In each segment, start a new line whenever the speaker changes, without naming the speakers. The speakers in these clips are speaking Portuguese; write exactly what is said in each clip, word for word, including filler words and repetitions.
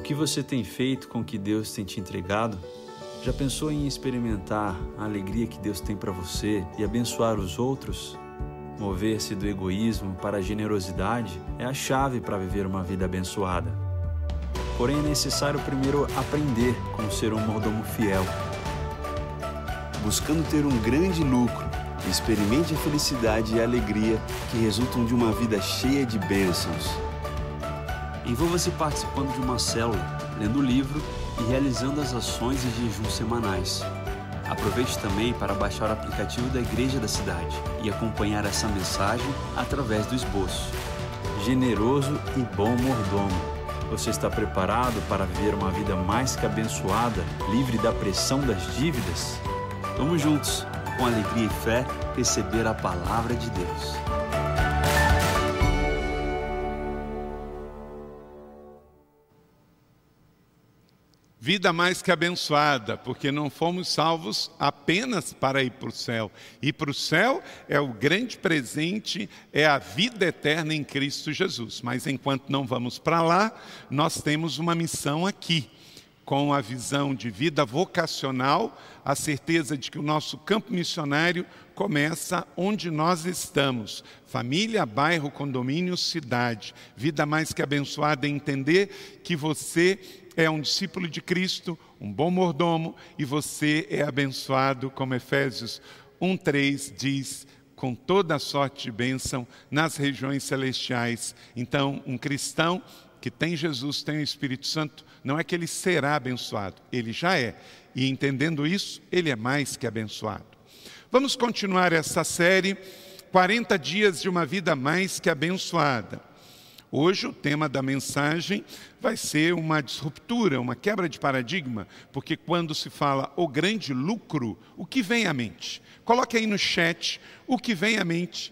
que você tem feito com o que Deus tem te entregado? Já pensou em experimentar a alegria que Deus tem para você e abençoar os outros? Mover-se do egoísmo para a generosidade é a chave para viver uma vida abençoada. Porém, é necessário primeiro aprender como ser um mordomo fiel.
Buscando ter um grande lucro, experimente a felicidade e a alegria que resultam de uma vida cheia de bênçãos.
Envolva-se participando de uma célula, lendo o livro e realizando as ações e jejuns semanais. Aproveite também para baixar o aplicativo da Igreja da Cidade e acompanhar essa mensagem através do esboço. Generoso e bom mordomo. Você está preparado para viver uma vida mais que abençoada, livre da pressão das dívidas? Vamos juntos, com alegria e fé, receber a palavra de Deus.
Vida mais que abençoada, porque não fomos salvos apenas para ir para o céu. Ir para o céu é o grande presente, é a vida eterna em Cristo Jesus. Mas enquanto não vamos para lá, nós temos uma missão aqui, com a visão de vida vocacional, a certeza de que o nosso campo missionário começa onde nós estamos. Família, bairro, condomínio, cidade. Vida mais que abençoada é entender que você é um discípulo de Cristo, um bom mordomo, e você é abençoado, como Efésios um, três diz, com toda a sorte de bênção nas regiões celestiais. Então, um cristão que tem Jesus, tem o Espírito Santo, não é que ele será abençoado, ele já é. E entendendo isso, ele é mais que abençoado. Vamos continuar essa série, quarenta dias de uma vida mais que abençoada. Hoje o tema da mensagem vai ser uma disruptura, uma quebra de paradigma, porque quando se fala o grande lucro, o que vem à mente? Coloque aí no chat o que vem à mente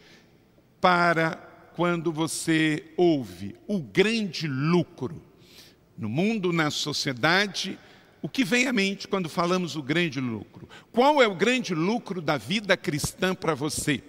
para quando você ouve o grande lucro. No mundo, na sociedade, o que vem à mente quando falamos o grande lucro? Qual é o grande lucro da vida cristã para você?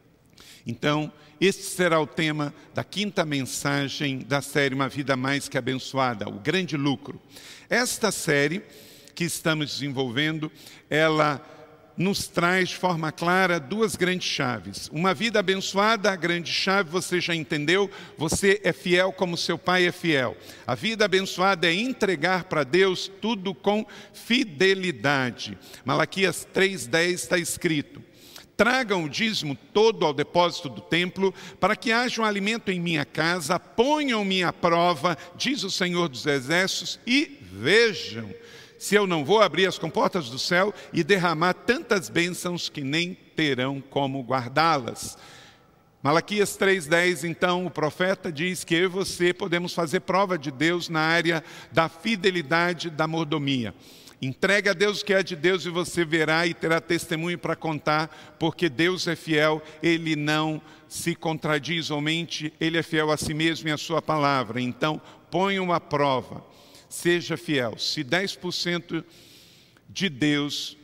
Então, este será o tema da quinta mensagem da série Uma Vida Mais que Abençoada, o grande lucro. Esta série que estamos desenvolvendo, ela nos traz de forma clara duas grandes chaves. Uma vida abençoada, a grande chave, você já entendeu, você é fiel como seu pai é fiel. A vida abençoada é entregar para Deus tudo com fidelidade. Malaquias três, dez está escrito: tragam o dízimo todo ao depósito do templo, para que haja um alimento em minha casa, ponham-me à prova, diz o Senhor dos Exércitos, e vejam se eu não vou abrir as comportas do céu e derramar tantas bênçãos que nem terão como guardá-las. Malaquias três, dez, então, o profeta diz que eu e você podemos fazer prova de Deus na área da fidelidade da mordomia. Entregue a Deus o que é de Deus e você verá e terá testemunho para contar, porque Deus é fiel, Ele não se contradiz ou mente, Ele é fiel a si mesmo e a sua palavra. Então, ponha uma prova, seja fiel. Se dez por cento de Deus,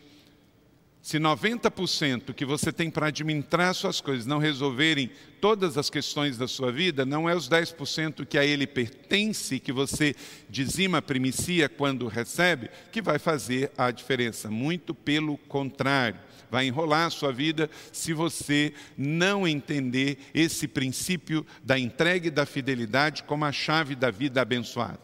se noventa por cento que você tem para administrar suas coisas não resolverem todas as questões da sua vida, não é os dez por cento que a Ele pertence, que você dizima a primicia quando recebe, que vai fazer a diferença. Muito pelo contrário, vai enrolar a sua vida se você não entender esse princípio da entrega e da fidelidade como a chave da vida abençoada.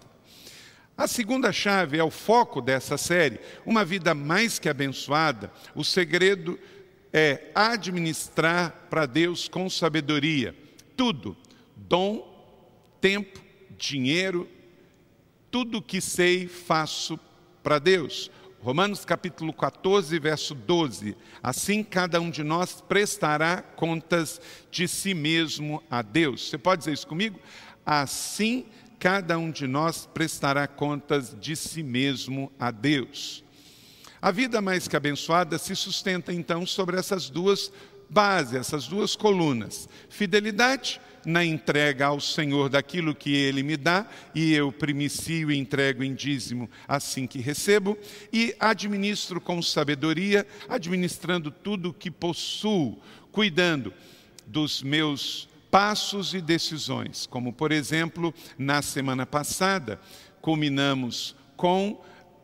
A segunda chave é o foco dessa série, uma vida mais que abençoada. O segredo é administrar para Deus com sabedoria. Tudo, dom, tempo, dinheiro, tudo que sei faço para Deus. Romanos capítulo quatorze, verso doze. Assim cada um de nós prestará contas de si mesmo a Deus. Você pode dizer isso comigo? Assim cada um de nós prestará contas de si mesmo a Deus. A vida mais que abençoada se sustenta então sobre essas duas bases, essas duas colunas. Fidelidade na entrega ao Senhor daquilo que Ele me dá, e eu primicio e entrego em dízimo assim que recebo, e administro com sabedoria, administrando tudo o que possuo, cuidando dos meus passos e decisões, como por exemplo, na semana passada, culminamos com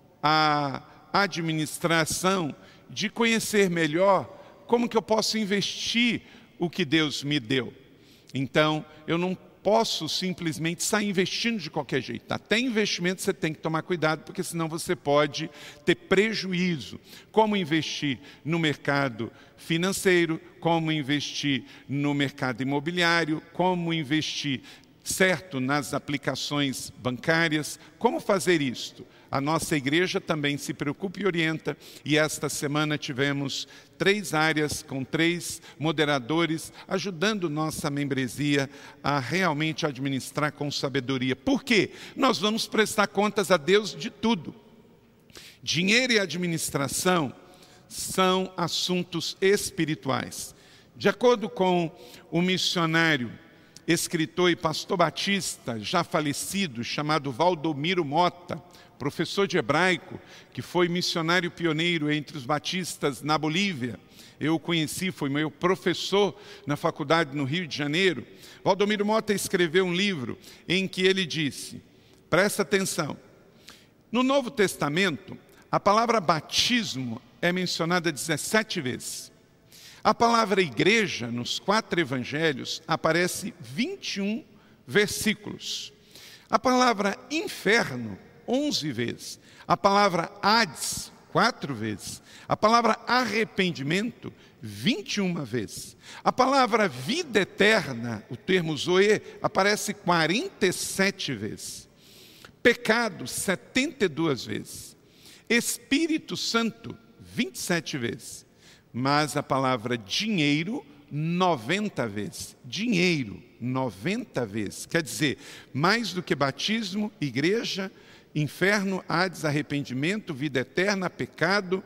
a administração de conhecer melhor como que eu posso investir o que Deus me deu. Então, eu não posso simplesmente sair investindo de qualquer jeito. Até investimento você tem que tomar cuidado, porque senão você pode ter prejuízo. Como investir no mercado financeiro, como investir no mercado imobiliário, como investir, certo, nas aplicações bancárias, como fazer isto? A nossa igreja também se preocupa e orienta, e esta semana tivemos três áreas com três moderadores ajudando nossa membresia a realmente administrar com sabedoria. Por quê? Nós vamos prestar contas a Deus de tudo. Dinheiro e administração são assuntos espirituais. De acordo com o missionário, escritor e pastor batista já falecido, chamado Valdomiro Mota, professor de hebraico, que foi missionário pioneiro entre os batistas na Bolívia. Eu o conheci, foi meu professor na faculdade no Rio de Janeiro. Valdomiro Mota escreveu um livro em que ele disse, presta atenção, no Novo Testamento, a palavra batismo é mencionada dezessete vezes. A palavra igreja, nos quatro evangelhos, aparece vinte e um versículos. A palavra inferno, onze vezes. A palavra Hades, quatro vezes. A palavra arrependimento, vinte e uma vezes. A palavra vida eterna, o termo Zoe, aparece quarenta e sete vezes. Pecado, setenta e duas vezes. Espírito Santo, vinte e sete vezes. Mas a palavra dinheiro, noventa vezes. Dinheiro, noventa vezes. Quer dizer, mais do que batismo, igreja, inferno, Hades, arrependimento, vida eterna, pecado,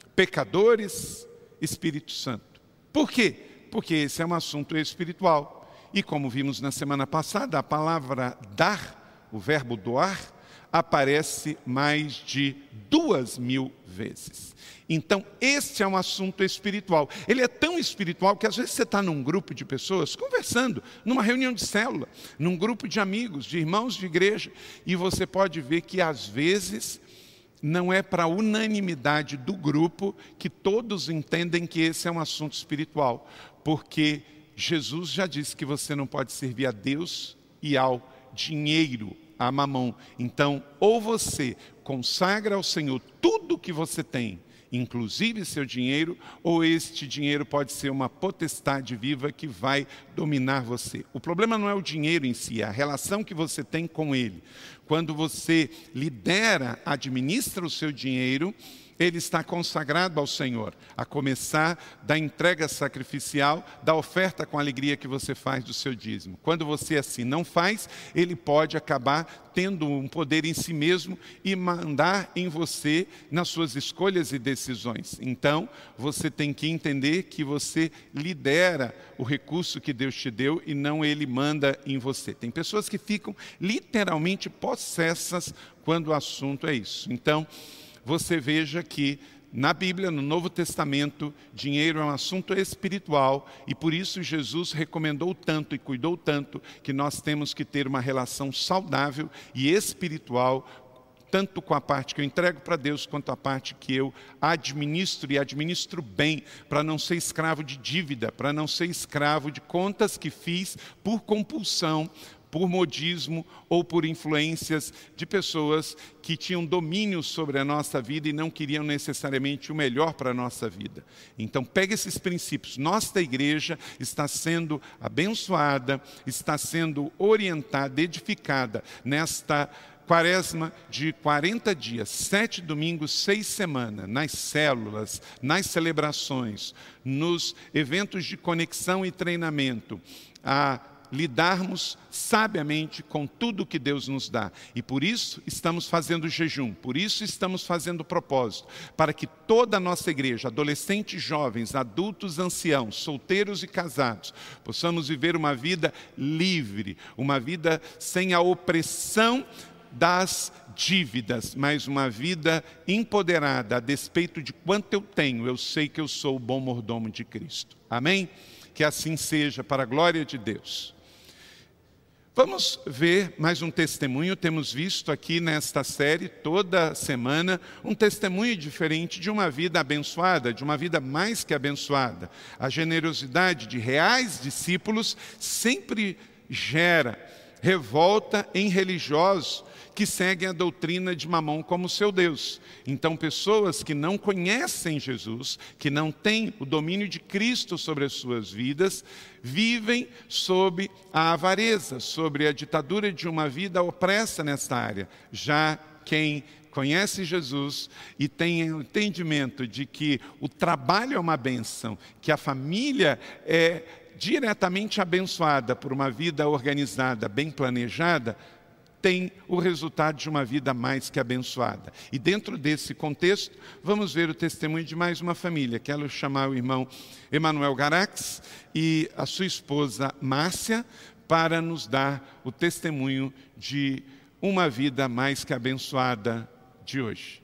pecadores, Espírito Santo. Por quê? Porque esse é um assunto espiritual. E como vimos na semana passada, a palavra dar, o verbo doar, aparece mais de duas mil vezes. Então, este é um assunto espiritual. Ele é tão espiritual que às vezes você está num grupo de pessoas, conversando, numa reunião de célula, num grupo de amigos, de irmãos de igreja, e você pode ver que às vezes não é para a unanimidade do grupo que todos entendem que esse é um assunto espiritual, porque Jesus já disse que você não pode servir a Deus e ao dinheiro, a mamão. Então, ou você consagra ao Senhor tudo o que você tem, inclusive seu dinheiro, ou este dinheiro pode ser uma potestade viva que vai dominar você. O problema não é o dinheiro em si, é a relação que você tem com ele. Quando você lidera, administra o seu dinheiro, ele está consagrado ao Senhor, a começar da entrega sacrificial, da oferta com alegria que você faz do seu dízimo. Quando você assim não faz, ele pode acabar tendo um poder em si mesmo e mandar em você nas suas escolhas e decisões. Então, você tem que entender que você lidera o recurso que Deus te deu e não ele manda em você. Tem pessoas que ficam literalmente possessas quando o assunto é isso. Então, você veja que na Bíblia, no Novo Testamento, dinheiro é um assunto espiritual e por isso Jesus recomendou tanto e cuidou tanto que nós temos que ter uma relação saudável e espiritual, tanto com a parte que eu entrego para Deus, quanto a parte que eu administro e administro bem, para não ser escravo de dívida, para não ser escravo de contas que fiz por compulsão, por modismo ou por influências de pessoas que tinham domínio sobre a nossa vida e não queriam necessariamente o melhor para a nossa vida. Então, pegue esses princípios. Nossa igreja está sendo abençoada, está sendo orientada, edificada nesta quaresma de quarenta dias, sete domingos, seis semanas, nas células, nas celebrações, nos eventos de conexão e treinamento, a lidarmos sabiamente com tudo que Deus nos dá. E por isso estamos fazendo jejum, por isso estamos fazendo propósito, para que toda a nossa igreja, adolescentes, jovens, adultos, anciãos, solteiros e casados, possamos viver uma vida livre, uma vida sem a opressão das dívidas, mas uma vida empoderada, a despeito de quanto eu tenho, eu sei que eu sou o bom mordomo de Cristo. Amém? Que assim seja, para a glória de Deus. Vamos ver mais um testemunho. Temos visto aqui nesta série, toda semana, um testemunho diferente de uma vida abençoada, de uma vida mais que abençoada. A generosidade de reais discípulos sempre gera revolta em religiosos que seguem a doutrina de Mamon como seu Deus. Então, pessoas que não conhecem Jesus, que não têm o domínio de Cristo sobre as suas vidas, vivem sob a avareza, sobre a ditadura de uma vida opressa nesta área. Já quem conhece Jesus e tem o entendimento de que o trabalho é uma bênção, que a família é diretamente abençoada por uma vida organizada, bem planejada, tem o resultado de uma vida mais que abençoada. E dentro desse contexto, vamos ver o testemunho de mais uma família. Quero chamar o irmão Emanuel Garax e a sua esposa Márcia para nos dar o testemunho de uma vida mais que abençoada de hoje.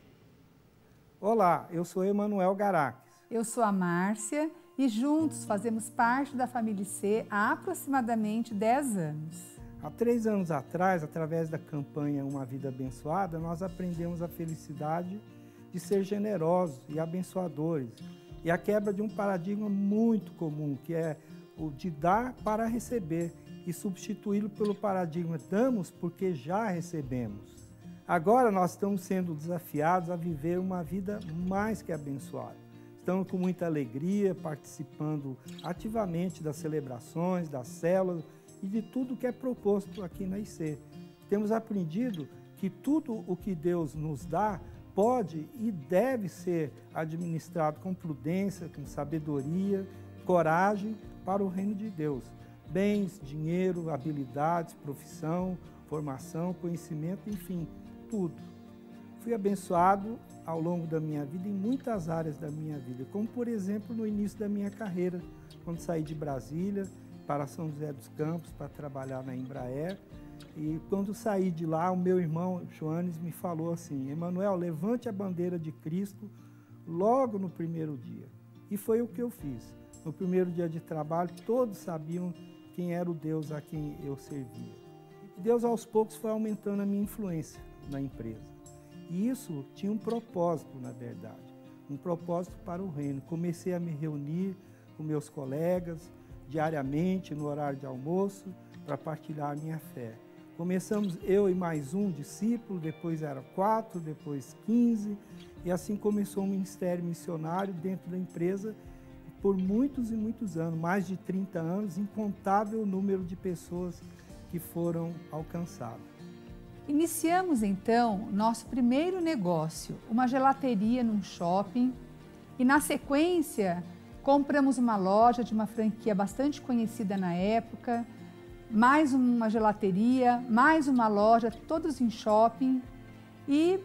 Olá, eu sou Emanuel Garax.
Eu sou a Márcia e juntos fazemos parte da Família C há aproximadamente dez anos.
Há três anos atrás, através da campanha Uma Vida Abençoada, nós aprendemos a felicidade de ser generosos e abençoadores. E a quebra de um paradigma muito comum, que é o de dar para receber, e substituí-lo pelo paradigma damos porque já recebemos. Agora nós estamos sendo desafiados a viver uma vida mais que abençoada. Estamos com muita alegria, participando ativamente das celebrações, das células, e de tudo que é proposto aqui na I C. Temos aprendido que tudo o que Deus nos dá pode e deve ser administrado com prudência, com sabedoria, coragem para o reino de Deus. Bens, dinheiro, habilidades, profissão, formação, conhecimento, enfim, tudo. Fui abençoado ao longo da minha vida em muitas áreas da minha vida, como por exemplo no início da minha carreira, quando saí de Brasília para São José dos Campos para trabalhar na Embraer. E quando saí de lá, o meu irmão Joanes me falou assim: Emanuel, levante a bandeira de Cristo logo no primeiro dia. E foi o que eu fiz. No primeiro dia de trabalho, todos sabiam quem era o Deus a quem eu servia. E Deus, aos poucos, foi aumentando a minha influência na empresa. E isso tinha um propósito, na verdade, um propósito para o reino. Comecei a me reunir com meus colegas diariamente, no horário de almoço, para partilhar a minha fé. Começamos eu e mais um discípulo, depois eram quatro, depois quinze, e assim começou um ministério missionário dentro da empresa por muitos e muitos anos, mais de trinta anos, incontável número de pessoas que foram alcançadas.
Iniciamos então nosso primeiro negócio, uma gelateria num shopping, e na sequência compramos uma loja de uma franquia bastante conhecida na época, mais uma gelateria, mais uma loja, todos em shopping, e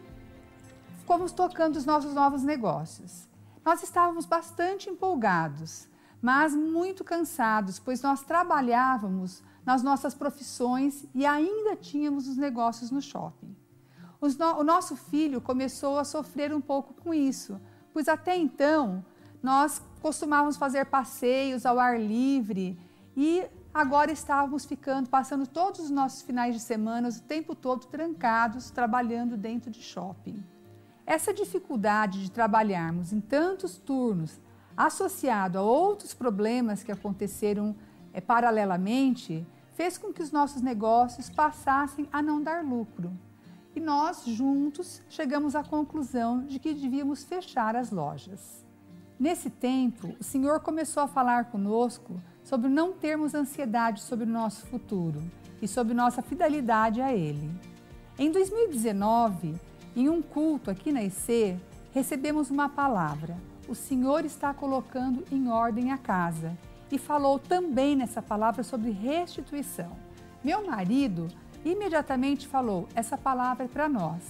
fomos tocando os nossos novos negócios. Nós estávamos bastante empolgados, mas muito cansados, pois nós trabalhávamos nas nossas profissões e ainda tínhamos os negócios no shopping. Os no- o nosso filho começou a sofrer um pouco com isso, pois até então nós costumávamos fazer passeios ao ar livre e agora estávamos ficando, passando todos os nossos finais de semana, o tempo todo trancados, trabalhando dentro de shopping. Essa dificuldade de trabalharmos em tantos turnos, associado a outros problemas que aconteceram é, paralelamente, fez com que os nossos negócios passassem a não dar lucro. E nós, juntos, chegamos à conclusão de que devíamos fechar as lojas. Nesse tempo, o Senhor começou a falar conosco sobre não termos ansiedade sobre o nosso futuro e sobre nossa fidelidade a Ele. Em dois mil e dezenove, em um culto aqui na I C, recebemos uma palavra: o Senhor está colocando em ordem a casa. E falou também nessa palavra sobre restituição. Meu marido imediatamente falou: essa palavra é para nós.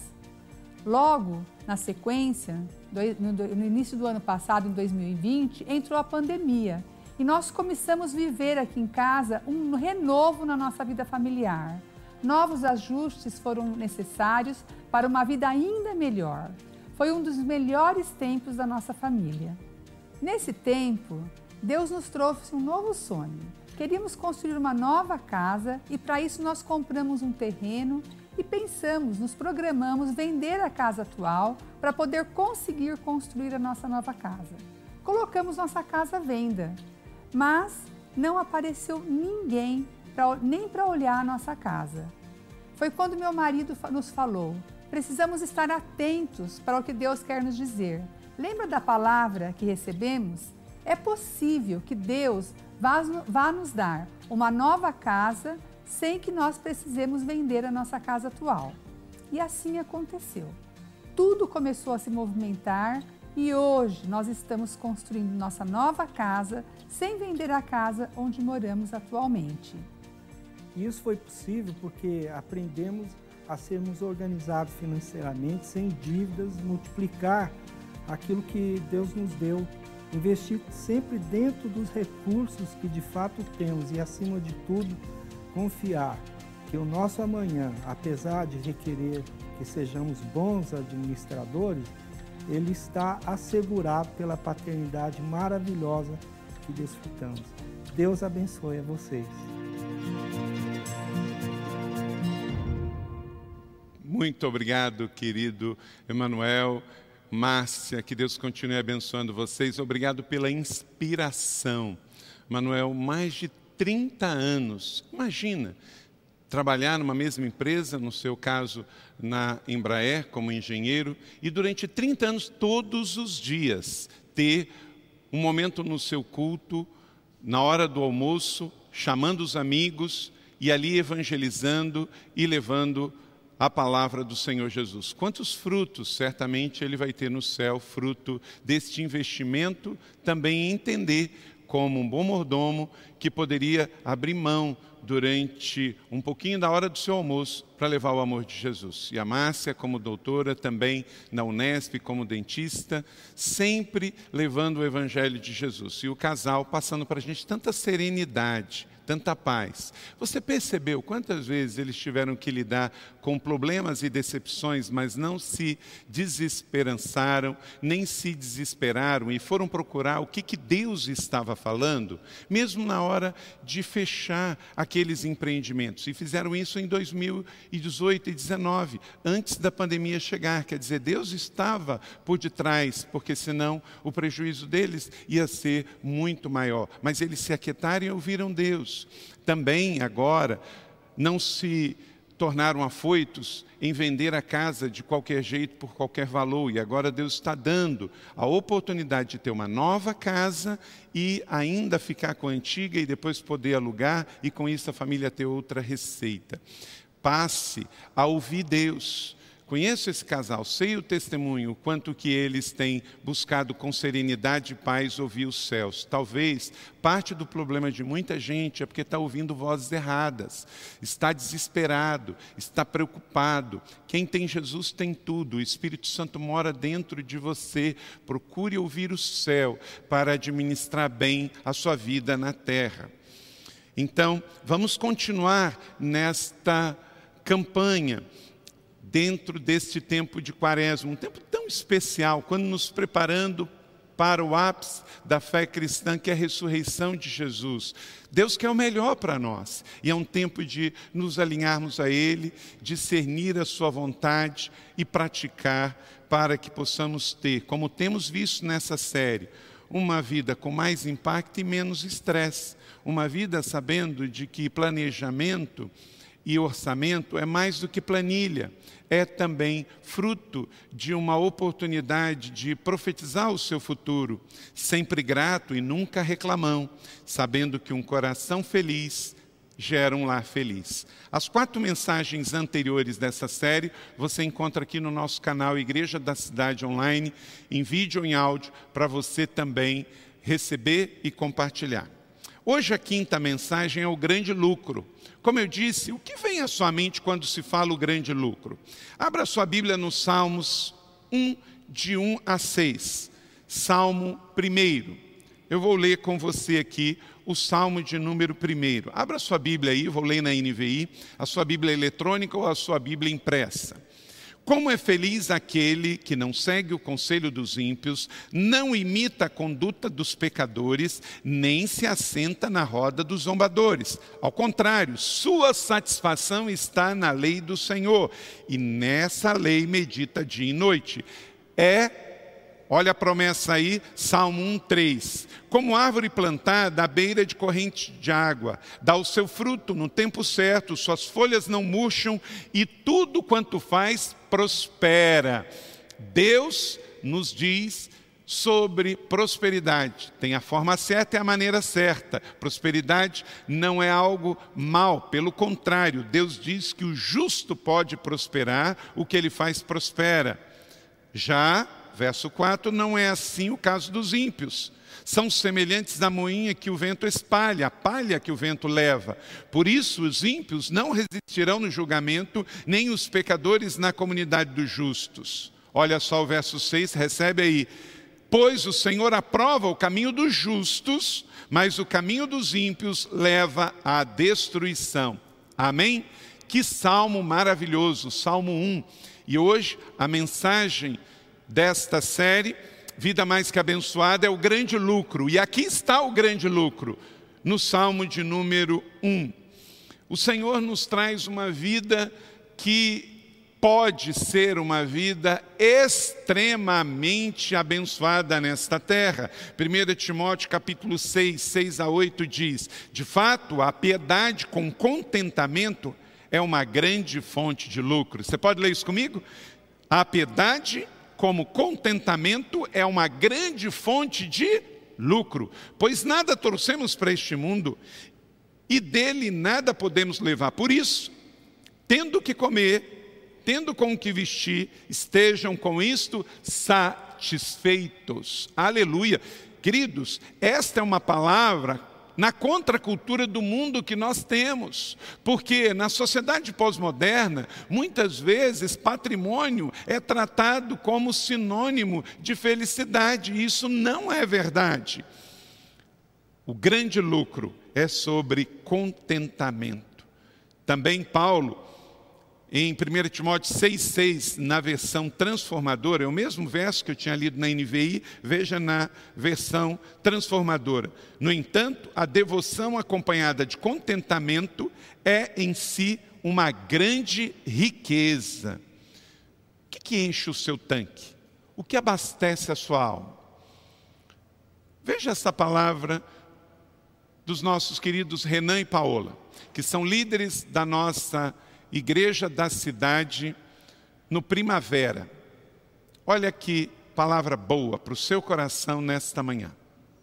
Logo, na sequência, no início do ano passado, em dois mil e vinte, entrou a pandemia e nós começamos a viver aqui em casa um renovo na nossa vida familiar. Novos ajustes foram necessários para uma vida ainda melhor. Foi um dos melhores tempos da nossa família. Nesse tempo, Deus nos trouxe um novo sonho, Queríamos construir uma nova casa e para isso nós compramos um terreno e pensamos, nos programamos vender a casa atual para poder conseguir construir a nossa nova casa. Colocamos nossa casa à venda, mas não apareceu ninguém pra, nem para olhar a nossa casa. Foi quando meu marido nos falou, precisamos estar atentos para o que Deus quer nos dizer. Lembra da palavra que recebemos? É possível que Deus vá, vá nos dar uma nova casa sem que nós precisemos vender a nossa casa atual. E assim aconteceu. Tudo começou a se movimentar e hoje nós estamos construindo nossa nova casa sem vender a casa onde moramos atualmente.
Isso foi possível porque aprendemos a sermos organizados financeiramente, sem dívidas, multiplicar aquilo que Deus nos deu, investir sempre dentro dos recursos que de fato temos e, acima de tudo, confiar que o nosso amanhã, apesar de requerer que sejamos bons administradores, ele está assegurado pela paternidade maravilhosa que desfrutamos. Deus abençoe a vocês.
Muito obrigado, querido Emanuel, Márcia, que Deus continue abençoando vocês. Obrigado pela inspiração. Emanuel, mais de trinta anos, imagina, trabalhar numa mesma empresa, no seu caso na Embraer como engenheiro, e durante trinta anos, todos os dias, ter um momento no seu culto, na hora do almoço, chamando os amigos e ali evangelizando e levando a palavra do Senhor Jesus. Quantos frutos certamente ele vai ter no céu, fruto deste investimento, também entender como um bom mordomo que poderia abrir mão durante um pouquinho da hora do seu almoço para levar o amor de Jesus. E a Márcia, como doutora, também na Unesp, como dentista, sempre levando o Evangelho de Jesus. E o casal passando para a gente tanta serenidade, tanta paz. Você percebeu quantas vezes eles tiveram que lidar com problemas e decepções, mas não se desesperançaram, nem se desesperaram e foram procurar o que, que Deus estava falando, mesmo na hora de fechar aqueles empreendimentos. E fizeram isso em dois mil e dezoito e dezenove, antes da pandemia chegar. Quer dizer, Deus estava por detrás, porque senão o prejuízo deles ia ser muito maior. Mas eles se aquietaram e ouviram Deus. Também agora não se tornaram afoitos em vender a casa de qualquer jeito, por qualquer valor. E agora Deus está dando a oportunidade de ter uma nova casa e ainda ficar com a antiga e depois poder alugar e com isso a família ter outra receita. Passe a ouvir Deus. Conheço esse casal, sei o testemunho, o quanto que eles têm buscado com serenidade e paz ouvir os céus. Talvez parte do problema de muita gente é porque está ouvindo vozes erradas, está desesperado, está preocupado. Quem tem Jesus tem tudo, o Espírito Santo mora dentro de você. Procure ouvir o céu para administrar bem a sua vida na terra. Então, vamos continuar nesta campanha, dentro deste tempo de Quaresma, um tempo tão especial, quando nos preparando para o ápice da fé cristã, que é a ressurreição de Jesus. Deus quer o melhor para nós, e é um tempo de nos alinharmos a Ele, discernir a sua vontade e praticar para que possamos ter, como temos visto nessa série, uma vida com mais impacto e menos estresse, uma vida sabendo de que planejamento e orçamento é mais do que planilha, é também fruto de uma oportunidade de profetizar o seu futuro, sempre grato e nunca reclamão, sabendo que um coração feliz gera um lar feliz. As quatro mensagens anteriores dessa série você encontra aqui no nosso canal Igreja da Cidade Online, em vídeo ou em áudio, para você também receber e compartilhar. Hoje a quinta mensagem é o grande lucro. Como eu disse, o que vem à sua mente quando se fala o grande lucro? Abra sua Bíblia no Salmos um, de um a seis. Salmo primeiro. Eu vou ler com você aqui o Salmo de número primeiro. Abra sua Bíblia aí, eu vou ler na N V I, a sua Bíblia eletrônica ou a sua Bíblia impressa. Como é feliz aquele que não segue o conselho dos ímpios, não imita a conduta dos pecadores, nem se assenta na roda dos zombadores. Ao contrário, sua satisfação está na lei do Senhor, e nessa lei medita dia e noite. É Olha a promessa aí, Salmo um, três. Como árvore plantada à beira de corrente de água, dá o seu fruto no tempo certo, suas folhas não murcham e tudo quanto faz prospera. Deus nos diz sobre prosperidade. Tem a forma certa e a maneira certa. Prosperidade não é algo mal, pelo contrário, Deus diz que o justo pode prosperar, o que ele faz prospera. Já verso quatro, não é assim o caso dos ímpios. São semelhantes à moinha que o vento espalha, a palha que o vento leva. Por isso, os ímpios não resistirão no julgamento, nem os pecadores na comunidade dos justos. Olha só o verso seis, recebe aí. Pois o Senhor aprova o caminho dos justos, mas o caminho dos ímpios leva à destruição. Amém? Que salmo maravilhoso, Salmo um. E hoje a mensagem desta série, Vida Mais Que Abençoada, é o grande lucro. E aqui está o grande lucro, no Salmo de número um. O Senhor nos traz uma vida que pode ser uma vida extremamente abençoada nesta terra. primeiro Timóteo capítulo seis, seis a oito diz: de fato, a piedade com contentamento é uma grande fonte de lucro. Você pode ler isso comigo? A piedade como contentamento é uma grande fonte de lucro, pois nada trouxemos para este mundo e dele nada podemos levar. Por isso, tendo que comer, tendo com o que vestir, estejam com isto satisfeitos. Aleluia. Queridos, esta é uma palavra na contracultura do mundo que nós temos, porque na sociedade pós-moderna, muitas vezes patrimônio é tratado como sinônimo de felicidade, e isso não é verdade. O grande lucro é sobre contentamento. Também Paulo, em primeiro Timóteo seis, seis, na versão transformadora, é o mesmo verso que eu tinha lido na N V I, veja na versão transformadora. No entanto, a devoção acompanhada de contentamento é em si uma grande riqueza. O que, que enche o seu tanque? O que abastece a sua alma? Veja essa palavra dos nossos queridos Renan e Paola, que são líderes da nossa Igreja da Cidade no Primavera. Olha que palavra boa para o seu coração nesta manhã.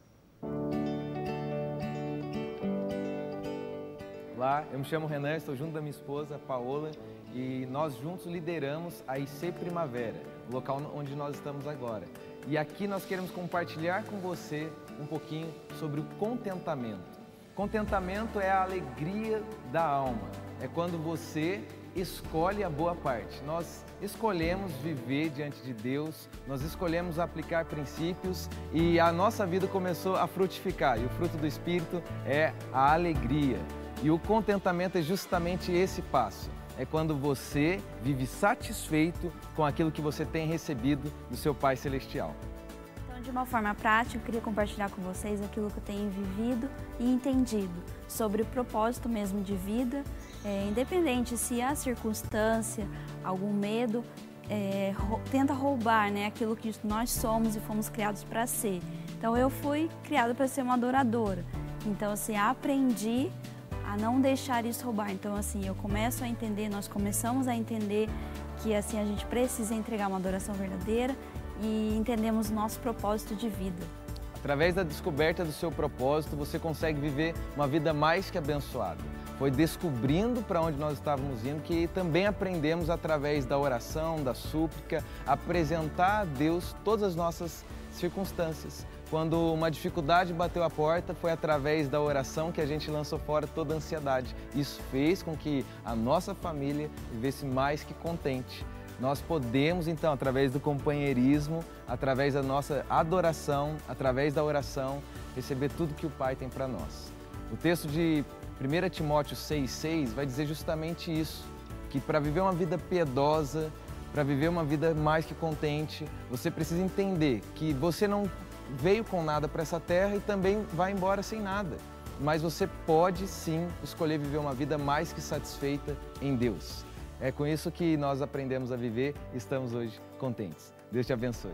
Olá, eu me chamo Renan, estou junto da minha esposa, Paola, e nós juntos lideramos a I C Primavera, o local onde nós estamos agora. E aqui nós queremos compartilhar com você um pouquinho sobre o contentamento. Contentamento é a alegria da alma, é quando você escolhe a boa parte. Nós escolhemos viver diante de Deus, nós escolhemos aplicar princípios e a nossa vida começou a frutificar. E o fruto do Espírito é a alegria. E o contentamento é justamente esse passo. É quando você vive satisfeito com aquilo que você tem recebido do seu Pai Celestial.
De uma forma prática, eu queria compartilhar com vocês aquilo que eu tenho vivido e entendido sobre o propósito mesmo de vida, é, independente se a circunstância, algum medo, é, rou- tenta roubar, né, aquilo que nós somos e fomos criados para ser. Então eu fui criada para ser uma adoradora, então assim, aprendi a não deixar isso roubar. Então assim, eu começo a entender, nós começamos a entender que assim a gente precisa entregar uma adoração verdadeira e entendemos o nosso propósito de vida.
Através da descoberta do seu propósito, você consegue viver uma vida mais que abençoada. Foi descobrindo para onde nós estávamos indo que também aprendemos através da oração, da súplica, apresentar a Deus todas as nossas circunstâncias. Quando uma dificuldade bateu a porta, foi através da oração que a gente lançou fora toda a ansiedade. Isso fez com que a nossa família vivesse mais que contente. Nós podemos, então, através do companheirismo, através da nossa adoração, através da oração, receber tudo que o Pai tem para nós. O texto de primeiro Timóteo seis, seis vai dizer justamente isso, que para viver uma vida piedosa, para viver uma vida mais que contente, você precisa entender que você não veio com nada para essa terra e também vai embora sem nada. Mas você pode sim escolher viver uma vida mais que satisfeita em Deus. É com isso que nós aprendemos a viver e estamos hoje contentes. Deus te abençoe.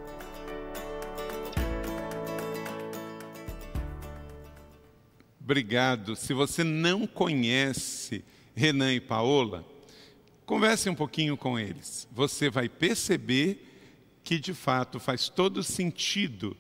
Obrigado. Se você não conhece Renan e Paola, converse um pouquinho com eles. Você vai perceber que, de fato, faz todo sentido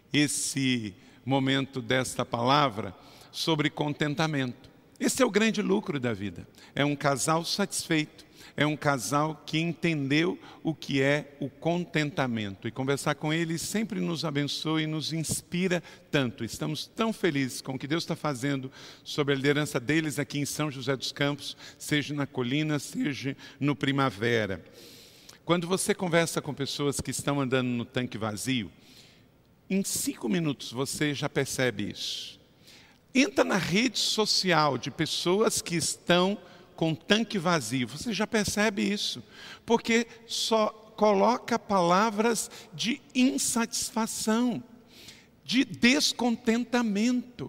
esse momento desta palavra sobre contentamento. Esse é o grande lucro da vida. É um casal satisfeito. É um casal que entendeu o que é o contentamento. E conversar com eles sempre nos abençoa e nos inspira tanto. Estamos tão felizes com o que Deus está fazendo sobre a liderança deles aqui em São José dos Campos, seja na Colina, seja no Primavera. Quando você conversa com pessoas que estão andando no tanque vazio, em cinco minutos você já percebe isso. Entra na rede social de pessoas que estão com tanque vazio, você já percebe isso, porque só coloca palavras de insatisfação, de descontentamento.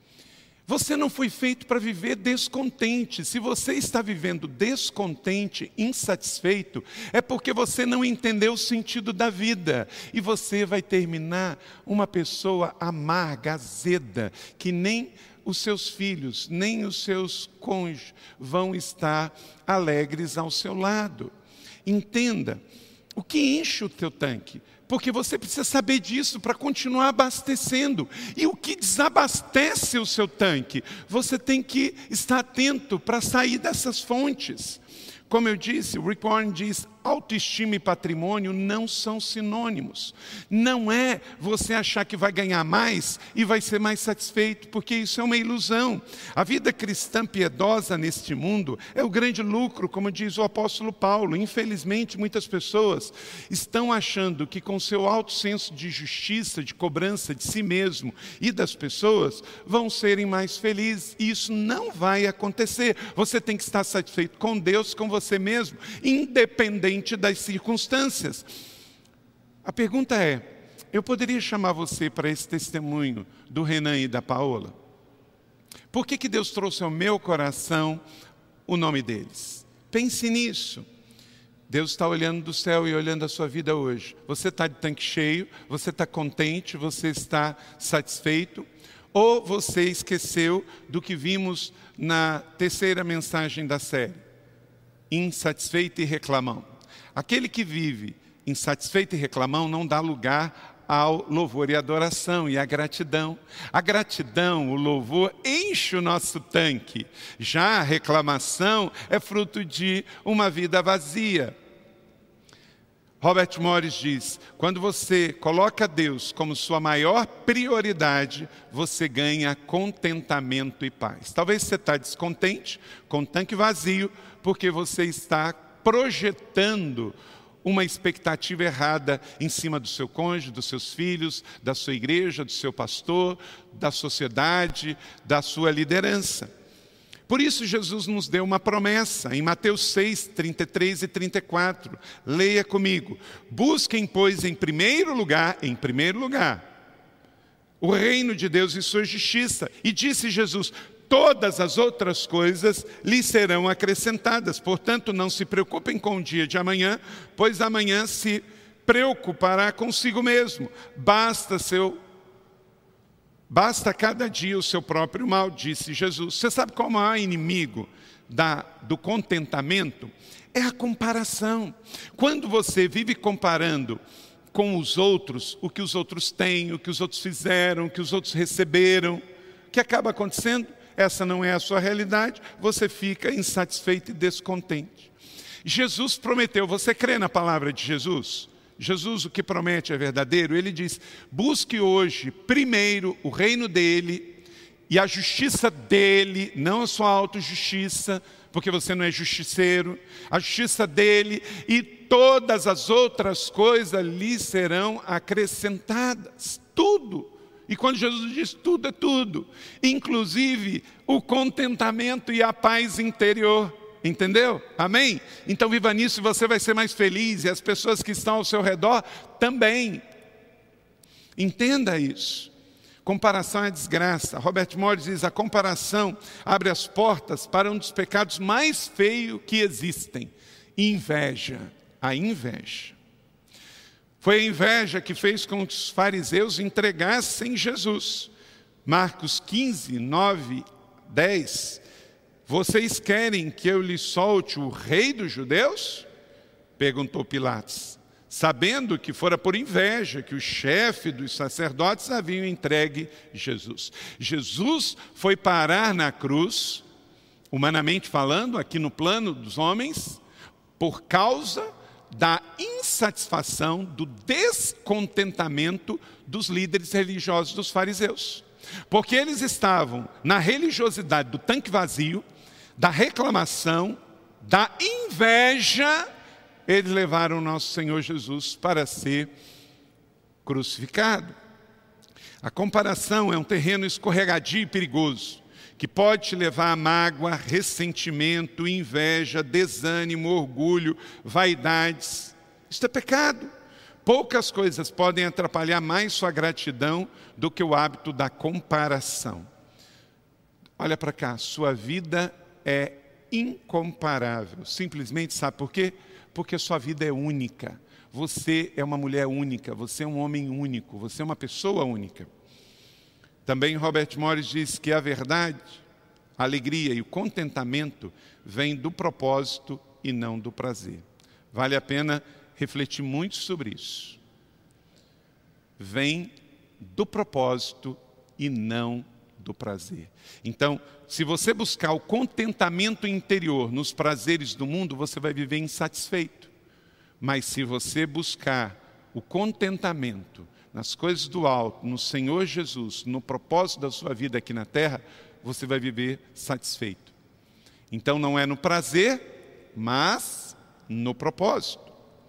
Você não foi feito para viver descontente. Se você está vivendo descontente, insatisfeito, é porque você não entendeu o sentido da vida. E você vai terminar uma pessoa amarga, azeda, que nem os seus filhos, nem os seus cônjuges vão estar alegres ao seu lado. Entenda, o que enche o teu tanque? Porque você precisa saber disso para continuar abastecendo. E o que desabastece o seu tanque? Você tem que estar atento para sair dessas fontes. Como eu disse, Rick Warren diz, autoestima e patrimônio não são sinônimos. Não é você achar que vai ganhar mais e vai ser mais satisfeito, porque isso é uma ilusão. A vida cristã piedosa neste mundo é o grande lucro, como diz o apóstolo Paulo. Infelizmente, muitas pessoas estão achando que com seu alto senso de justiça, de cobrança de si mesmo e das pessoas, vão serem mais felizes. E isso não vai acontecer. Você tem que estar satisfeito com Deus, com você mesmo, independente das circunstâncias. A pergunta é, eu poderia chamar você para esse testemunho do Renan e da Paola? Por que que Deus trouxe ao meu coração o nome deles? Pense nisso. Deus está olhando do céu e olhando a sua vida hoje. Você está de tanque cheio, você está contente, você está satisfeito? Ou você esqueceu do que vimos na terceira mensagem da série? Insatisfeito e reclamão. Aquele que vive insatisfeito e reclamão não dá lugar ao louvor e adoração e à gratidão. A gratidão, o louvor, enche o nosso tanque. Já a reclamação é fruto de uma vida vazia. Robert Morris diz, quando você coloca Deus como sua maior prioridade, você ganha contentamento e paz. Talvez você está descontente, com o tanque vazio, porque você está projetando uma expectativa errada em cima do seu cônjuge, dos seus filhos, da sua igreja, do seu pastor, da sociedade, da sua liderança. Por isso Jesus nos deu uma promessa em Mateus seis, trinta e três e trinta e quatro. Leia comigo. Busquem, pois, em primeiro lugar, em primeiro lugar, o reino de Deus e sua justiça. E disse Jesus, todas as outras coisas lhes serão acrescentadas. Portanto, não se preocupem com o dia de amanhã, pois amanhã se preocupará consigo mesmo. Basta seu Basta cada dia o seu próprio mal, disse Jesus. Você sabe qual é o maior inimigo da, do contentamento? É a comparação. Quando você vive comparando com os outros, o que os outros têm, o que os outros fizeram, o que os outros receberam, o que acaba acontecendo? Essa não é a sua realidade, você fica insatisfeito e descontente. Jesus prometeu, você crê na palavra de Jesus? Jesus, o que promete é verdadeiro. Ele diz, busque hoje primeiro o reino dele e a justiça dele, não a sua autojustiça, porque você não é justiceiro, a justiça dele, e todas as outras coisas lhe serão acrescentadas. Tudo. E quando Jesus diz tudo, é tudo. Inclusive o contentamento e a paz interior. Entendeu? Amém? Então viva nisso e você vai ser mais feliz, e as pessoas que estão ao seu redor também. Entenda isso. Comparação é desgraça. Robert Morris diz: a comparação abre as portas para um dos pecados mais feios que existem: inveja. A inveja. Foi a inveja que fez com que os fariseus entregassem Jesus. Marcos quinze, nove, dez. Vocês querem que eu lhes solte o rei dos judeus? Perguntou Pilatos, sabendo que fora por inveja que o chefe dos sacerdotes haviam entregue Jesus. Jesus foi parar na cruz, humanamente falando, aqui no plano dos homens, por causa da insatisfação, do descontentamento dos líderes religiosos dos fariseus. Porque eles estavam na religiosidade do tanque vazio, da reclamação, da inveja. Eles levaram o nosso Senhor Jesus para ser crucificado. A comparação é um terreno escorregadio e perigoso, que pode te levar a mágoa, ressentimento, inveja, desânimo, orgulho, vaidades. Isso é pecado. Poucas coisas podem atrapalhar mais sua gratidão do que o hábito da comparação. Olha para cá, sua vida é incomparável. Simplesmente, sabe por quê? Porque sua vida é única. Você é uma mulher única, você é um homem único, você é uma pessoa única. Também Robert Morris diz que a verdade, a alegria e o contentamento vêm do propósito e não do prazer. Vale a pena refletir muito sobre isso. Vem do propósito e não do prazer. Então, se você buscar o contentamento interior nos prazeres do mundo, você vai viver insatisfeito. Mas se você buscar o contentamento nas coisas do alto, no Senhor Jesus, no propósito da sua vida aqui na terra, você vai viver satisfeito. Então não é no prazer, mas no propósito.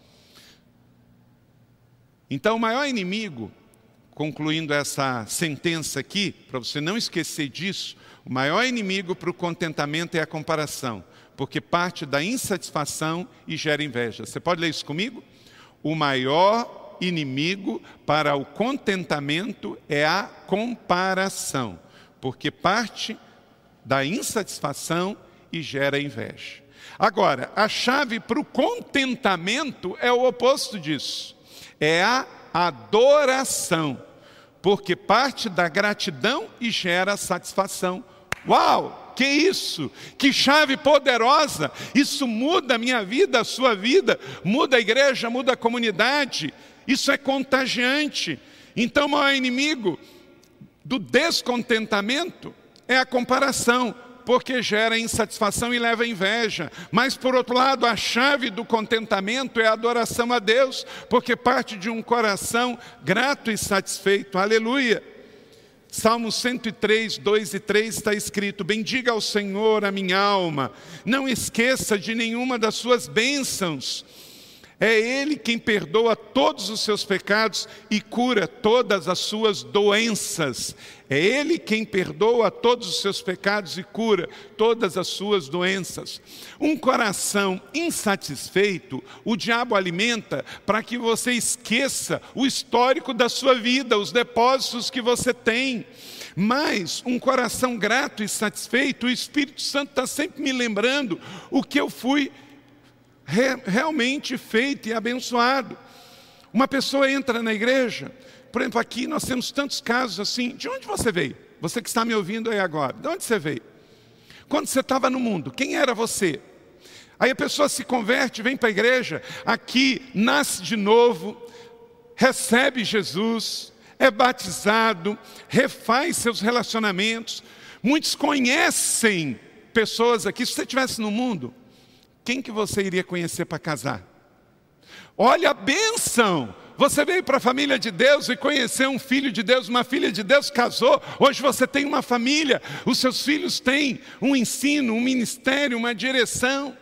Então o maior inimigo, concluindo essa sentença aqui, para você não esquecer disso, o maior inimigo para o contentamento é a comparação, porque parte da insatisfação e gera inveja. Você pode ler isso comigo? O maior inimigo para o contentamento é a comparação, porque parte da insatisfação e gera inveja. Agora, a chave para o contentamento é o oposto disso, é a adoração, porque parte da gratidão e gera satisfação. Uau! Que isso? Que chave poderosa! Isso muda a minha vida, a sua vida, muda a igreja, muda a comunidade. Isso é contagiante. Então o maior inimigo do descontentamento é a comparação, porque gera insatisfação e leva a inveja. Mas por outro lado, a chave do contentamento é a adoração a Deus, porque parte de um coração grato e satisfeito. Aleluia! Salmo cento e três, dois e três está escrito: bendiga ao Senhor a minha alma, não esqueça de nenhuma das suas bênçãos. É Ele quem perdoa todos os seus pecados e cura todas as suas doenças. É Ele quem perdoa todos os seus pecados e cura todas as suas doenças. Um coração insatisfeito, o diabo alimenta para que você esqueça o histórico da sua vida, os depósitos que você tem. Mas um coração grato e satisfeito, o Espírito Santo está sempre me lembrando o que eu fui realmente feito e abençoado. Uma pessoa entra na igreja, por exemplo, aqui nós temos tantos casos assim. De onde você veio? Você que está me ouvindo aí agora, de onde você veio? Quando você estava no mundo, quem era você? Aí a pessoa se converte, vem para a igreja, aqui nasce de novo, recebe Jesus, é batizado, refaz seus relacionamentos. Muitos conhecem pessoas aqui. Se você estivesse no mundo, quem que você iria conhecer para casar? Olha a bênção! Você veio para a família de Deus e conheceu um filho de Deus, uma filha de Deus, casou. Hoje você tem uma família, os seus filhos têm um ensino, um ministério, uma direção.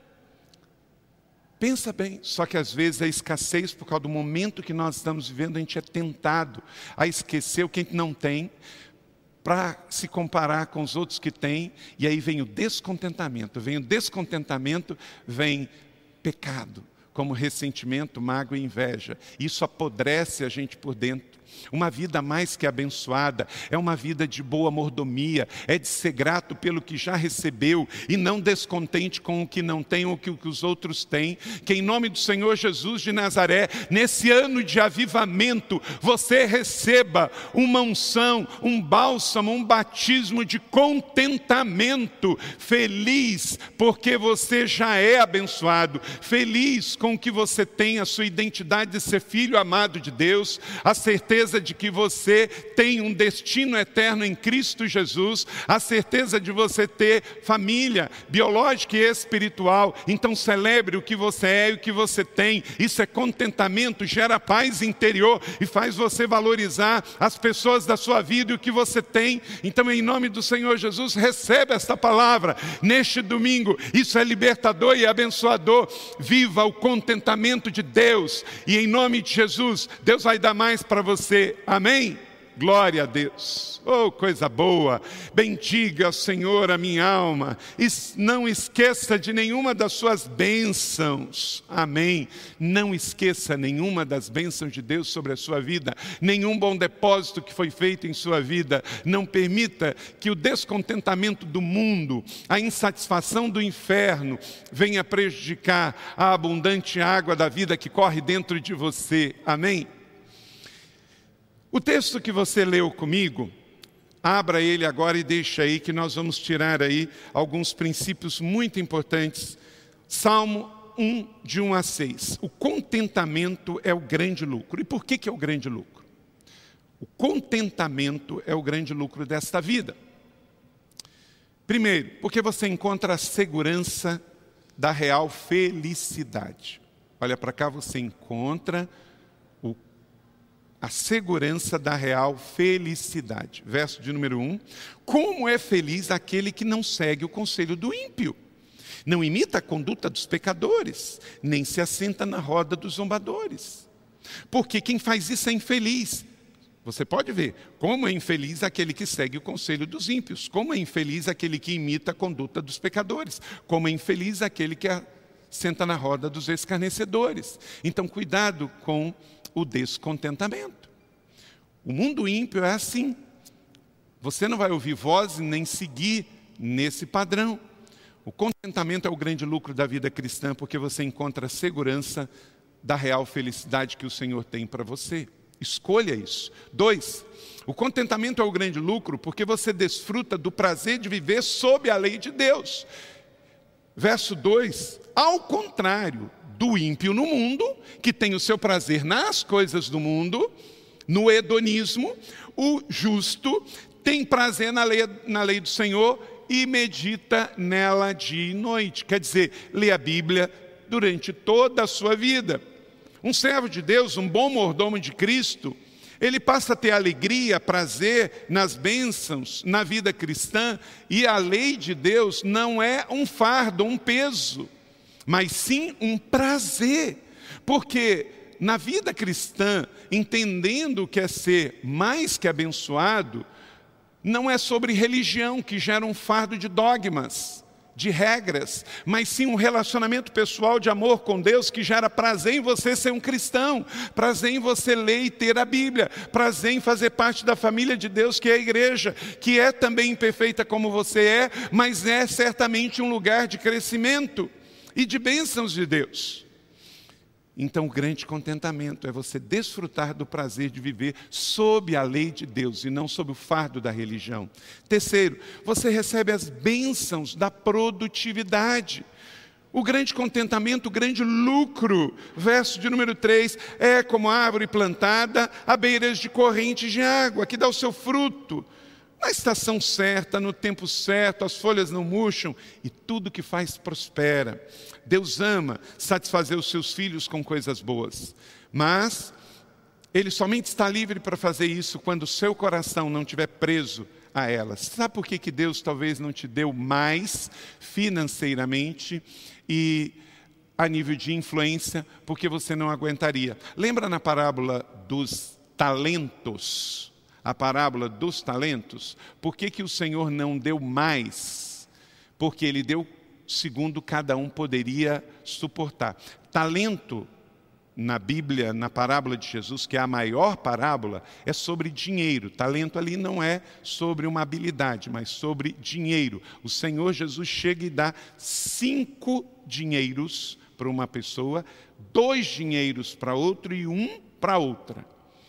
Pensa bem, só que às vezes a escassez, por causa do momento que nós estamos vivendo, a gente é tentado a esquecer o que a gente não tem, para se comparar com os outros que têm, e aí vem o descontentamento. Vem o descontentamento, vem pecado, como ressentimento, mágoa e inveja. Isso apodrece a gente por dentro. Uma vida mais que abençoada é uma vida de boa mordomia, é de ser grato pelo que já recebeu e não descontente com o que não tem ou o que os outros têm. Que em nome do Senhor Jesus de Nazaré, nesse ano de avivamento, você receba uma unção, um bálsamo, um batismo de contentamento. Feliz porque você já é abençoado, feliz com que você tem a sua identidade de ser filho amado de Deus, a certeza de que você tem um destino eterno em Cristo Jesus, a certeza de você ter família biológica e espiritual. Então celebre o que você é e o que você tem. Isso é contentamento, gera paz interior e faz você valorizar as pessoas da sua vida e o que você tem. Então, em nome do Senhor Jesus, receba esta palavra neste domingo. Isso é libertador e abençoador. Viva o contentamento de Deus e em nome de Jesus, Deus vai dar mais para você. Amém? Glória a Deus. Oh, coisa boa. Bendiga ao Senhor a minha alma. E não esqueça de nenhuma das suas bênçãos. Amém? Não esqueça nenhuma das bênçãos de Deus sobre a sua vida. Nenhum bom depósito que foi feito em sua vida. Não permita que o descontentamento do mundo, a insatisfação do inferno, venha prejudicar a abundante água da vida que corre dentro de você. Amém? O texto que você leu comigo, abra ele agora e deixa aí que nós vamos tirar aí alguns princípios muito importantes. Salmo um, de um a seis. O contentamento é o grande lucro. E por que que é o grande lucro? O contentamento é o grande lucro desta vida. Primeiro, porque você encontra a segurança da real felicidade. Olha para cá, você encontra a segurança da real felicidade. Verso de número um. Como é feliz aquele que não segue o conselho do ímpio, não imita a conduta dos pecadores, nem se assenta na roda dos zombadores. Porque quem faz isso é infeliz. Você pode ver como é infeliz aquele que segue o conselho dos ímpios, como é infeliz aquele que imita a conduta dos pecadores, como é infeliz aquele que senta na roda dos escarnecedores. Então, cuidado com o descontentamento. O mundo ímpio é assim. Você não vai ouvir voz nem seguir nesse padrão. O contentamento é o grande lucro da vida cristã, porque você encontra a segurança da real felicidade que o Senhor tem para você. Escolha isso. Dois, o contentamento é o grande lucro, porque você desfruta do prazer de viver sob a lei de Deus. Verso dois, ao contrário do ímpio no mundo, que tem o seu prazer nas coisas do mundo, no hedonismo, o justo tem prazer na lei, na lei do Senhor e medita nela dia e noite. Quer dizer, lê a Bíblia durante toda a sua vida. Um servo de Deus, um bom mordomo de Cristo, ele passa a ter alegria, prazer nas bênçãos, na vida cristã, e a lei de Deus não é um fardo, um peso, mas sim um prazer, porque na vida cristã, entendendo o que é ser mais que abençoado, não é sobre religião que gera um fardo de dogmas, de regras, mas sim um relacionamento pessoal de amor com Deus que gera prazer em você ser um cristão, prazer em você ler e ter a Bíblia, prazer em fazer parte da família de Deus que é a igreja, que é também imperfeita como você é, mas é certamente um lugar de crescimento e de bênçãos de Deus. Então, o grande contentamento é você desfrutar do prazer de viver sob a lei de Deus e não sob o fardo da religião. Terceiro, você recebe as bênçãos da produtividade. O grande contentamento, o grande lucro, verso de número três, é como a árvore plantada à beira de correntes de água, que dá o seu fruto na estação certa, no tempo certo, as folhas não murcham e tudo que faz prospera. Deus ama satisfazer os seus filhos com coisas boas, mas Ele somente está livre para fazer isso quando o seu coração não estiver preso a elas. Sabe por que que Deus talvez não te deu mais financeiramente e a nível de influência? Porque você não aguentaria. Lembra na parábola dos talentos? a parábola dos talentos, por que que o Senhor não deu mais? Porque Ele deu segundo cada um poderia suportar. Talento, na Bíblia, na parábola de Jesus, que é a maior parábola, é sobre dinheiro. Talento ali não é sobre uma habilidade, mas sobre dinheiro. O Senhor Jesus chega e dá cinco dinheiros para uma pessoa, dois dinheiros para outro e um para outra.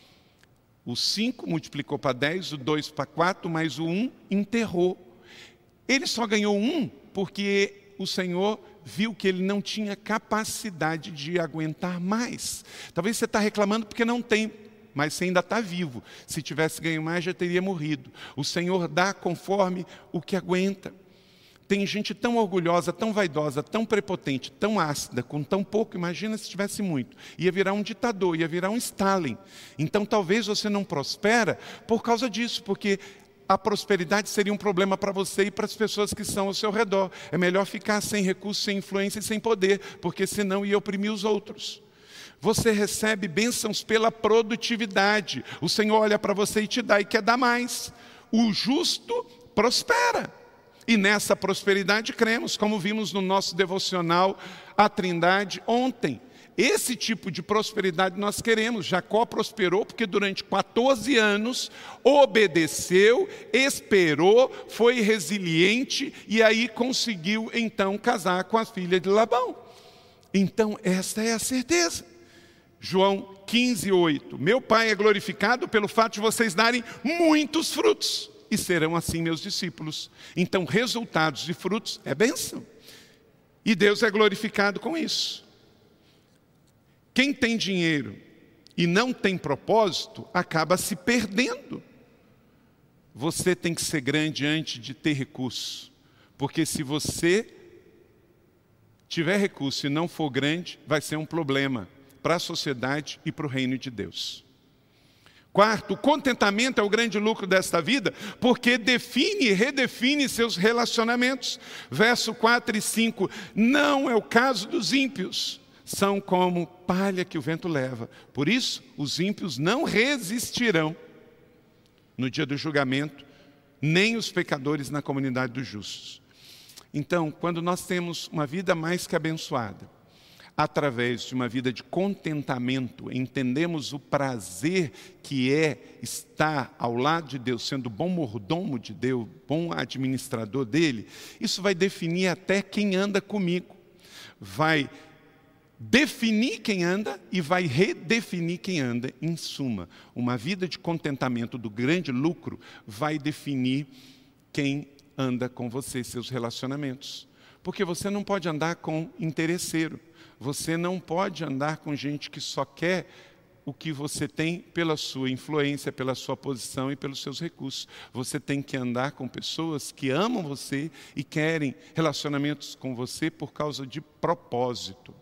O cinco multiplicou para dez, o dois para quatro, mas o um enterrou. Ele só ganhou um porque o Senhor viu que ele não tinha capacidade de aguentar mais. Talvez você está reclamando porque não tem, mas você ainda está vivo. Se tivesse ganho mais, já teria morrido. O Senhor dá conforme o que aguenta. Tem gente tão orgulhosa, tão vaidosa, tão prepotente, tão ácida, com tão pouco, imagina se tivesse muito. Ia virar um ditador, ia virar um Stalin. Então talvez você não prospera por causa disso, porque a prosperidade seria um problema para você e para as pessoas que estão ao seu redor. É melhor ficar sem recursos, sem influência e sem poder, porque senão ia oprimir os outros. Você recebe bênçãos pela produtividade. O Senhor olha para você e te dá e quer dar mais. O justo prospera. E nessa prosperidade cremos, como vimos no nosso devocional A Trindade ontem. Esse tipo de prosperidade nós queremos. Jacó prosperou porque durante quatorze anos obedeceu, esperou, foi resiliente e aí conseguiu então casar com a filha de Labão. Então esta é a certeza. João quinze, oito. Meu Pai é glorificado pelo fato de vocês darem muitos frutos e serão assim meus discípulos. Então resultados de frutos é bênção. E Deus é glorificado com isso. Quem tem dinheiro e não tem propósito, acaba se perdendo. Você tem que ser grande antes de ter recurso. Porque se você tiver recurso e não for grande, vai ser um problema para a sociedade e para o reino de Deus. Quarto, o contentamento é o grande lucro desta vida, porque define e redefine seus relacionamentos. Verso quatro e cinco, não é o caso dos ímpios. São como palha que o vento leva. Por isso, os ímpios não resistirão no dia do julgamento, nem os pecadores na comunidade dos justos. Então, quando nós temos uma vida mais que abençoada, através de uma vida de contentamento, entendemos o prazer que é estar ao lado de Deus, sendo bom mordomo de Deus, bom administrador dele, isso vai definir até quem anda comigo. Vai definir quem anda e vai redefinir quem anda. Em suma, uma vida de contentamento do grande lucro vai definir quem anda com você, seus relacionamentos. Porque você não pode andar com interesseiro. Você não pode andar com gente que só quer o que você tem pela sua influência, pela sua posição e pelos seus recursos. Você tem que andar com pessoas que amam você e querem relacionamentos com você por causa de propósito.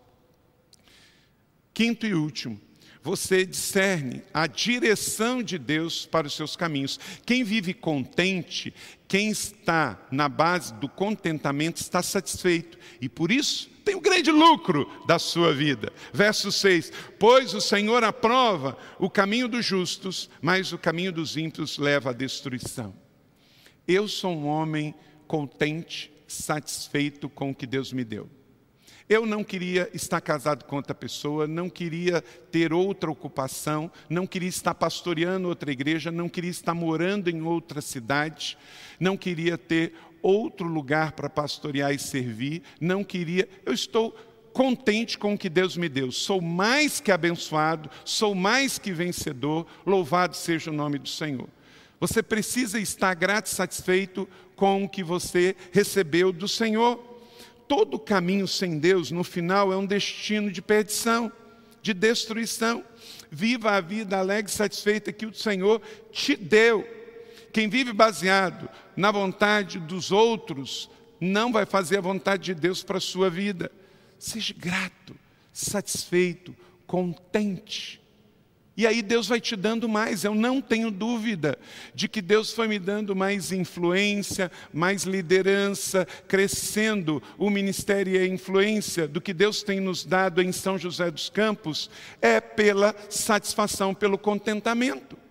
Quinto e último, você discerne a direção de Deus para os seus caminhos. Quem vive contente, quem está na base do contentamento, está satisfeito. E por isso, tem o grande lucro da sua vida. Verso seis, pois o Senhor aprova o caminho dos justos, mas o caminho dos ímpios leva à destruição. Eu sou um homem contente, satisfeito com o que Deus me deu. Eu não queria estar casado com outra pessoa, não queria ter outra ocupação, não queria estar pastoreando outra igreja, não queria estar morando em outra cidade, não queria ter outro lugar para pastorear e servir, não queria... Eu estou contente com o que Deus me deu. Sou mais que abençoado, sou mais que vencedor, louvado seja o nome do Senhor. Você precisa estar grato e satisfeito com o que você recebeu do Senhor. Todo caminho sem Deus, no final, é um destino de perdição, de destruição. Viva a vida alegre e satisfeita que o Senhor te deu. Quem vive baseado na vontade dos outros, não vai fazer a vontade de Deus para a sua vida. Seja grato, satisfeito, contente. E aí Deus vai te dando mais. Eu não tenho dúvida de que Deus foi me dando mais influência, mais liderança, crescendo o ministério e a influência do que Deus tem nos dado em São José dos Campos, é pela satisfação, pelo contentamento.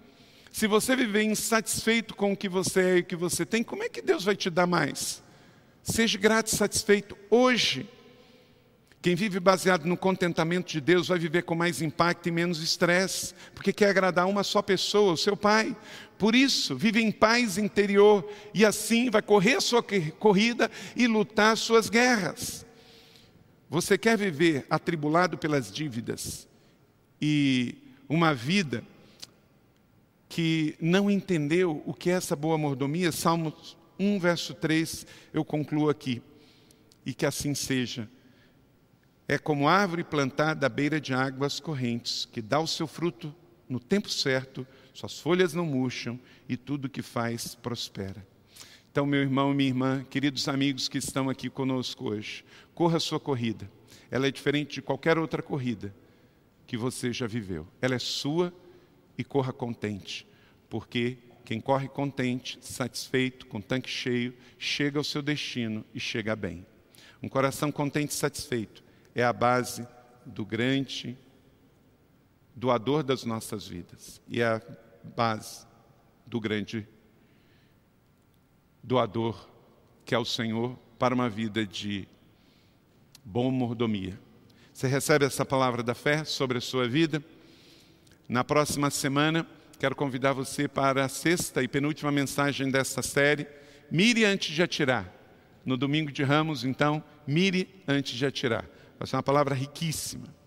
Se você viver insatisfeito com o que você é e o que você tem, como é que Deus vai te dar mais? Seja grato e satisfeito hoje. Quem vive baseado no contentamento de Deus vai viver com mais impacto e menos estresse, porque quer agradar uma só pessoa, o seu Pai. Por isso, vive em paz interior e assim vai correr a sua corrida e lutar as suas guerras. Você quer viver atribulado pelas dívidas e uma vida que não entendeu o que é essa boa mordomia? Salmos um, verso três, eu concluo aqui. E que assim seja. É como árvore plantada à beira de águas correntes, que dá o seu fruto no tempo certo, suas folhas não murcham e tudo que faz prospera. Então, meu irmão e minha irmã, queridos amigos que estão aqui conosco hoje, corra a sua corrida. Ela é diferente de qualquer outra corrida que você já viveu. Ela é sua e corra contente, porque quem corre contente, satisfeito, com o tanque cheio, chega ao seu destino e chega bem. Um coração contente e satisfeito é a base do grande doador das nossas vidas. E é a base do grande doador que é o Senhor para uma vida de boa mordomia. Você recebe essa palavra da fé sobre a sua vida? Na próxima semana, quero convidar você para a sexta e penúltima mensagem desta série, Mire antes de atirar. No domingo de Ramos, então, mire antes de atirar. Vai ser uma palavra riquíssima.